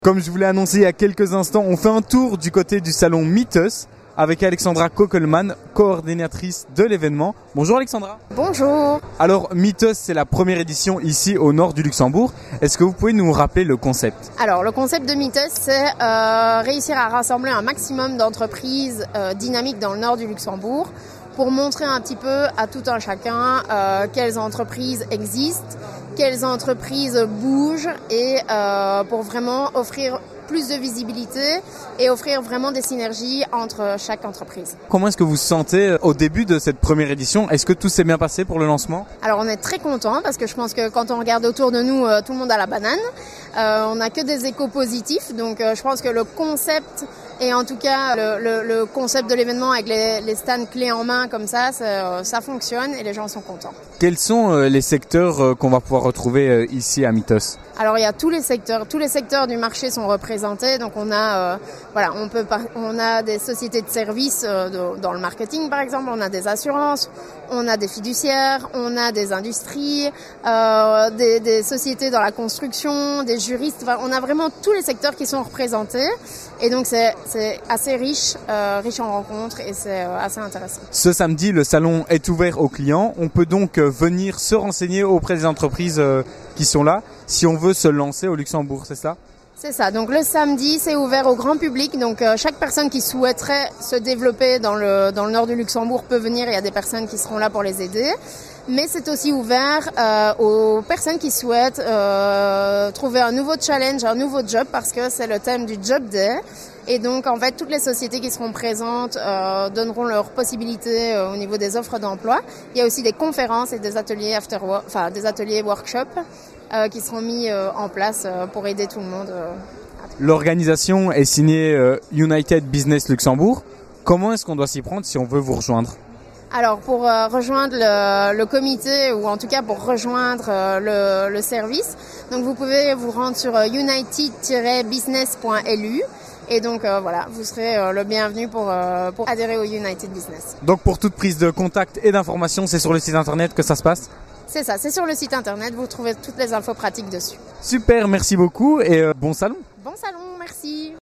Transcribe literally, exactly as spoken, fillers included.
Comme je vous l'ai annoncé il y a quelques instants, on fait un tour du côté du salon Meetus avec Alexandra Kokelman, coordinatrice de l'événement. Bonjour Alexandra. Bonjour. Alors Meetus, c'est la première édition ici au nord du Luxembourg. Est-ce que vous pouvez nous rappeler le concept? Alors le concept de Meetus, c'est euh, réussir à rassembler un maximum d'entreprises euh, dynamiques dans le nord du Luxembourg pour montrer un petit peu à tout un chacun euh, quelles entreprises existent, quelles entreprises bougent et euh, pour vraiment offrir plus de visibilité et offrir vraiment des synergies entre chaque entreprise. Comment est-ce que vous vous sentez au début de cette première édition? Est-ce que tout s'est bien passé pour le lancement? Alors on est très content parce que je pense que quand on regarde autour de nous, euh, tout le monde a la banane. Euh, on n'a que des échos positifs, donc euh, je pense que le concept et en tout cas le, le, le concept de l'événement avec les, les stands clés en main comme ça, ça, euh, ça fonctionne et les gens sont contents. Quels sont euh, les secteurs euh, qu'on va pouvoir retrouver euh, ici à Meetus? Alors il y a tous les secteurs, tous les secteurs du marché sont représentés. Donc on a, euh, voilà, on peut, on a des sociétés de services euh, de, dans le marketing par exemple, on a des assurances, on a des fiduciaires, on a des industries, euh, des, des sociétés dans la construction, des juristes. Enfin, on a vraiment tous les secteurs qui sont représentés. Et donc c'est, c'est assez riche, euh, riche en rencontres et c'est euh, assez intéressant. Ce samedi, le salon est ouvert aux clients. On peut donc euh, venir se renseigner auprès des entreprises euh, qui sont là si on veut se lancer au Luxembourg, c'est ça? C'est ça. Donc le samedi, c'est ouvert au grand public. Donc euh, chaque personne qui souhaiterait se développer dans le dans le nord du Luxembourg peut venir. Il y a des personnes qui seront là pour les aider. Mais c'est aussi ouvert euh, aux personnes qui souhaitent euh, trouver un nouveau challenge, un nouveau job, parce que c'est le thème du Job Day. Et donc, en fait, toutes les sociétés qui seront présentes euh, donneront leurs possibilités euh, au niveau des offres d'emploi. Il y a aussi des conférences et des ateliers after work, enfin des ateliers workshops euh, qui seront mis euh, en place euh, pour aider tout le monde. Euh, L'organisation est signée euh, United Business Luxembourg. Comment est-ce qu'on doit s'y prendre si on veut vous rejoindre? Alors pour euh, rejoindre le, le comité ou en tout cas pour rejoindre euh, le, le service, donc vous pouvez vous rendre sur euh, united tiret business point l u et donc euh, voilà, vous serez euh, le bienvenu pour, euh, pour adhérer au United Business. Donc pour toute prise de contact et d'information, c'est sur le site internet que ça se passe? C'est ça, c'est sur le site internet, vous trouvez toutes les infos pratiques dessus. Super, merci beaucoup et euh, bon salon. Bon salon, merci.